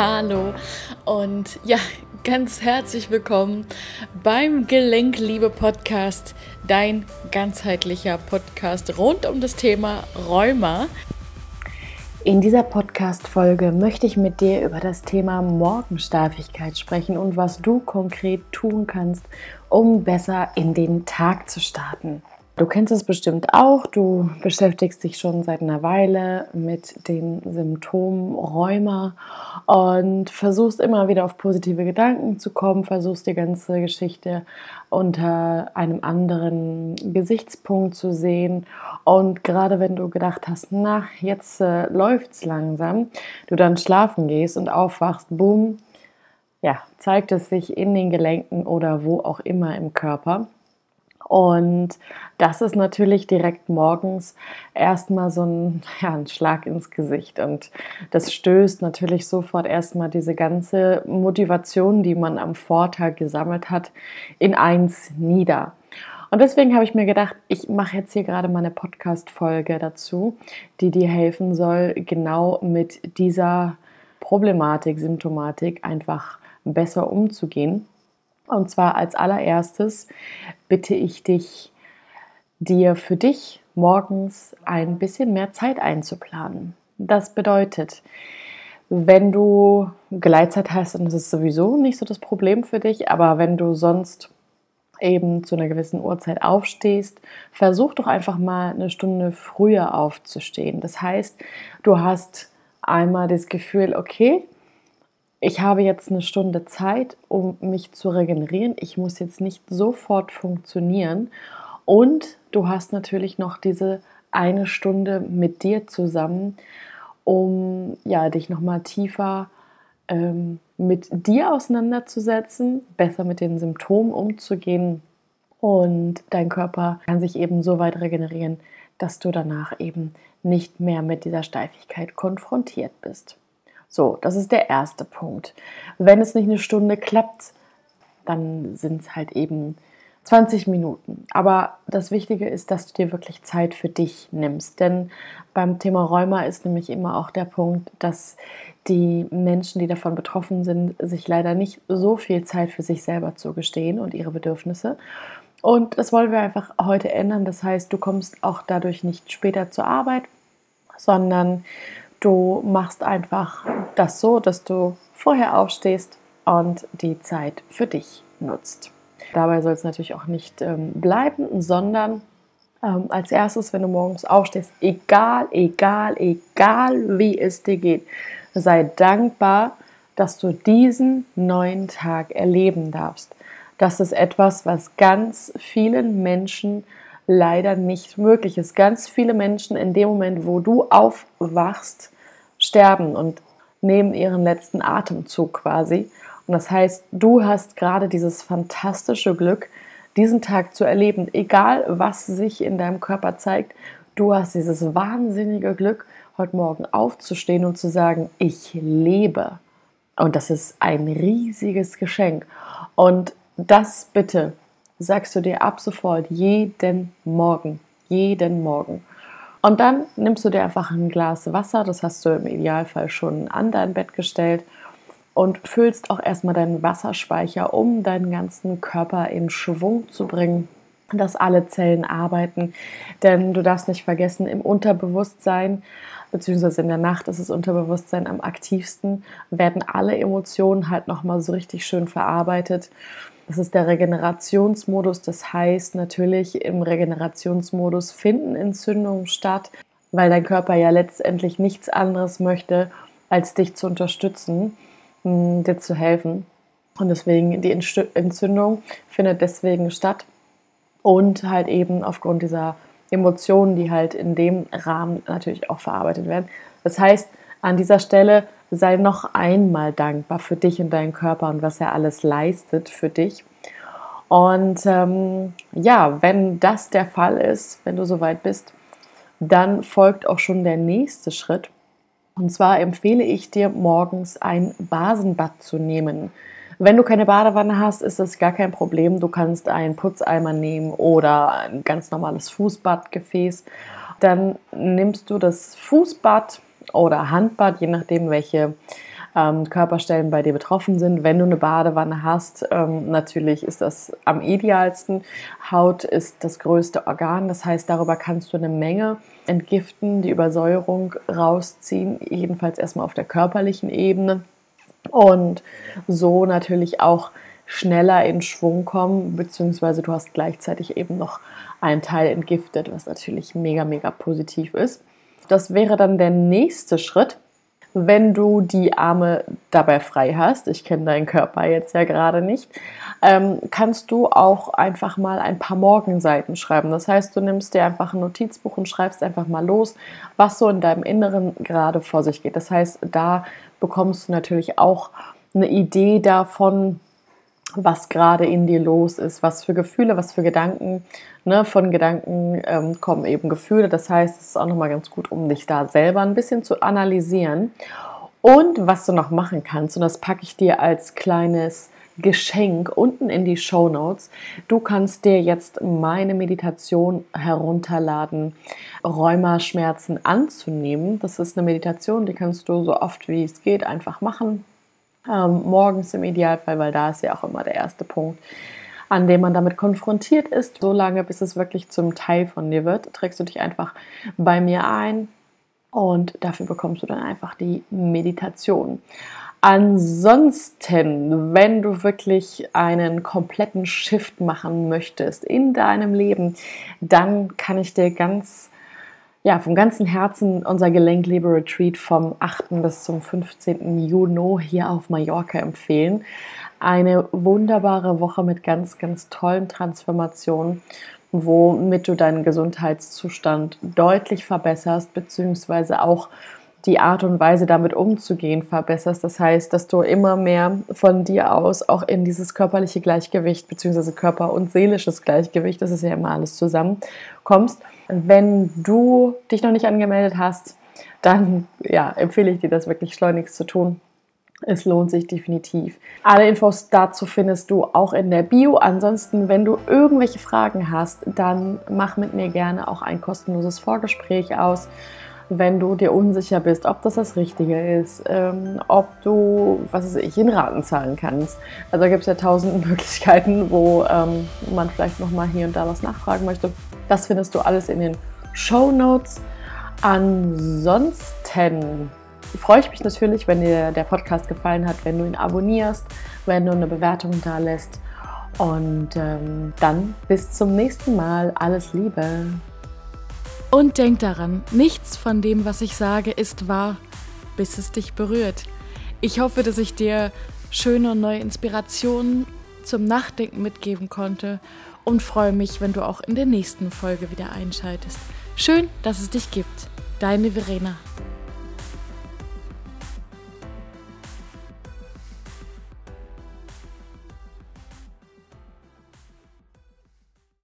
Hallo und ja, ganz herzlich willkommen beim Gelenkliebe Podcast, dein ganzheitlicher Podcast rund um das Thema Rheuma. In dieser Podcast-Folge möchte ich mit dir über das Thema Morgensteifigkeit sprechen und was du konkret tun kannst, um besser in den Tag zu starten. Du kennst es bestimmt auch, du beschäftigst dich schon seit einer Weile mit den Symptomen Rheuma und versuchst immer wieder auf positive Gedanken zu kommen, versuchst die ganze Geschichte unter einem anderen Gesichtspunkt zu sehen. Und gerade wenn du gedacht hast, na, jetzt läuft's langsam, du dann schlafen gehst und aufwachst, boom, ja, zeigt es sich in den Gelenken oder wo auch immer im Körper. Und das ist natürlich direkt morgens erstmal so ein Schlag ins Gesicht. Und das stößt natürlich sofort erstmal diese ganze Motivation, die man am Vortag gesammelt hat, in eins nieder. Und deswegen habe ich mir gedacht, ich mache jetzt hier gerade mal eine Podcast-Folge dazu, die dir helfen soll, genau mit dieser Problematik, Symptomatik einfach besser umzugehen. Und zwar als allererstes bitte ich dich, dir für dich morgens ein bisschen mehr Zeit einzuplanen. Das bedeutet, wenn du Gleitzeit hast, dann ist es sowieso nicht so das Problem für dich, aber wenn du sonst eben zu einer gewissen Uhrzeit aufstehst, versuch doch einfach mal eine Stunde früher aufzustehen. Das heißt, du hast einmal das Gefühl, okay, ich habe jetzt eine Stunde Zeit, um mich zu regenerieren. Ich muss jetzt nicht sofort funktionieren. Und du hast natürlich noch diese eine Stunde mit dir zusammen, um ja, dich nochmal tiefer mit dir auseinanderzusetzen, besser mit den Symptomen umzugehen. Und dein Körper kann sich eben so weit regenerieren, dass du danach eben nicht mehr mit dieser Steifigkeit konfrontiert bist. So, das ist der erste Punkt. Wenn es nicht eine Stunde klappt, dann sind es halt eben 20 Minuten. Aber das Wichtige ist, dass du dir wirklich Zeit für dich nimmst. Denn beim Thema Rheuma ist nämlich immer auch der Punkt, dass die Menschen, die davon betroffen sind, sich leider nicht so viel Zeit für sich selber zugestehen und ihre Bedürfnisse. Und das wollen wir einfach heute ändern. Das heißt, du kommst auch dadurch nicht später zur Arbeit, sondern du machst einfach das so, dass du vorher aufstehst und die Zeit für dich nutzt. Dabei soll es natürlich auch nicht bleiben, sondern als erstes, wenn du morgens aufstehst, egal wie es dir geht, sei dankbar, dass du diesen neuen Tag erleben darfst. Das ist etwas, was ganz vielen Menschen leider nicht möglich ist. Ganz viele Menschen in dem Moment, wo du aufwachst, sterben und nehmen ihren letzten Atemzug quasi. Und das heißt, du hast gerade dieses fantastische Glück, diesen Tag zu erleben, egal was sich in deinem Körper zeigt. Du hast dieses wahnsinnige Glück, heute Morgen aufzustehen und zu sagen, ich lebe. Und das ist ein riesiges Geschenk. Und das bitte sagst du dir ab sofort jeden Morgen. Jeden Morgen. Und dann nimmst du dir einfach ein Glas Wasser, das hast du im Idealfall schon an dein Bett gestellt und füllst auch erstmal deinen Wasserspeicher, um deinen ganzen Körper in Schwung zu bringen, dass alle Zellen arbeiten. Denn du darfst nicht vergessen, im Unterbewusstsein, beziehungsweise in der Nacht ist das Unterbewusstsein am aktivsten, werden alle Emotionen halt nochmal so richtig schön verarbeitet. Das ist der Regenerationsmodus. Das heißt natürlich, im Regenerationsmodus finden Entzündungen statt, weil dein Körper ja letztendlich nichts anderes möchte, als dich zu unterstützen, dir zu helfen. Und deswegen, die Entzündung findet deswegen statt und halt eben aufgrund dieser Emotionen, die halt in dem Rahmen natürlich auch verarbeitet werden. Das heißt, an dieser Stelle sei noch einmal dankbar für dich und deinen Körper und was er alles leistet für dich. Und ja, wenn das der Fall ist, wenn du soweit bist, dann folgt auch schon der nächste Schritt. Und zwar empfehle ich dir, morgens ein Basenbad zu nehmen. Wenn du keine Badewanne hast, ist das gar kein Problem. Du kannst einen Putzeimer nehmen oder ein ganz normales Fußbadgefäß. Dann nimmst du das Fußbad oder Handbad, je nachdem, welche Körperstellen bei dir betroffen sind. Wenn du eine Badewanne hast, natürlich ist das am idealsten. Haut ist das größte Organ, das heißt, darüber kannst du eine Menge entgiften, die Übersäuerung rausziehen, jedenfalls erstmal auf der körperlichen Ebene und so natürlich auch schneller in Schwung kommen, beziehungsweise du hast gleichzeitig eben noch einen Teil entgiftet, was natürlich mega, mega positiv ist. Das wäre dann der nächste Schritt, wenn du die Arme dabei frei hast. Ich kenne deinen Körper jetzt ja gerade nicht. Kannst du auch einfach mal ein paar Morgenseiten schreiben. Das heißt, du nimmst dir einfach ein Notizbuch und schreibst einfach mal los, was so in deinem Inneren gerade vor sich geht. Das heißt, da bekommst du natürlich auch eine Idee davon, was gerade in dir los ist, was für Gefühle, was für Gedanken. Ne? Von Gedanken kommen eben Gefühle. Das heißt, es ist auch nochmal ganz gut, um dich da selber ein bisschen zu analysieren. Und was du noch machen kannst, und das packe ich dir als kleines Geschenk unten in die Shownotes. Du kannst dir jetzt meine Meditation herunterladen, Rheumaschmerzen anzunehmen. Das ist eine Meditation, die kannst du so oft wie es geht einfach machen. Morgens im Idealfall, weil da ist ja auch immer der erste Punkt, an dem man damit konfrontiert ist. So lange, bis es wirklich zum Teil von dir wird, trägst du dich einfach bei mir ein und dafür bekommst du dann einfach die Meditation. Ansonsten, wenn du wirklich einen kompletten Shift machen möchtest in deinem Leben, dann kann ich dir vom ganzen Herzen unser Gelenkliebe-Retreat vom 8. bis zum 15. Juni hier auf Mallorca empfehlen. Eine wunderbare Woche mit ganz, ganz tollen Transformationen, womit du deinen Gesundheitszustand deutlich verbesserst, beziehungsweise auch die Art und Weise, damit umzugehen, verbesserst. Das heißt, dass du immer mehr von dir aus auch in dieses körperliche Gleichgewicht, beziehungsweise Körper- und seelisches Gleichgewicht, das ist ja immer alles zusammen, kommst. Wenn du dich noch nicht angemeldet hast, dann empfehle ich dir das wirklich schleunigst zu tun. Es lohnt sich definitiv. Alle Infos dazu findest du auch in der Bio. Ansonsten, wenn du irgendwelche Fragen hast, dann mach mit mir gerne auch ein kostenloses Vorgespräch aus. Wenn du dir unsicher bist, ob das Richtige ist, ob du, in Raten zahlen kannst. Also da gibt es ja 1000 Möglichkeiten, wo man vielleicht nochmal hier und da was nachfragen möchte. Das findest du alles in den Shownotes. Ansonsten freue ich mich natürlich, wenn dir der Podcast gefallen hat, wenn du ihn abonnierst, wenn du eine Bewertung da lässt. Und dann bis zum nächsten Mal. Alles Liebe. Und denk daran, nichts von dem, was ich sage, ist wahr, bis es dich berührt. Ich hoffe, dass ich dir schöne und neue Inspirationen zum Nachdenken mitgeben konnte und freue mich, wenn du auch in der nächsten Folge wieder einschaltest. Schön, dass es dich gibt. Deine Verena.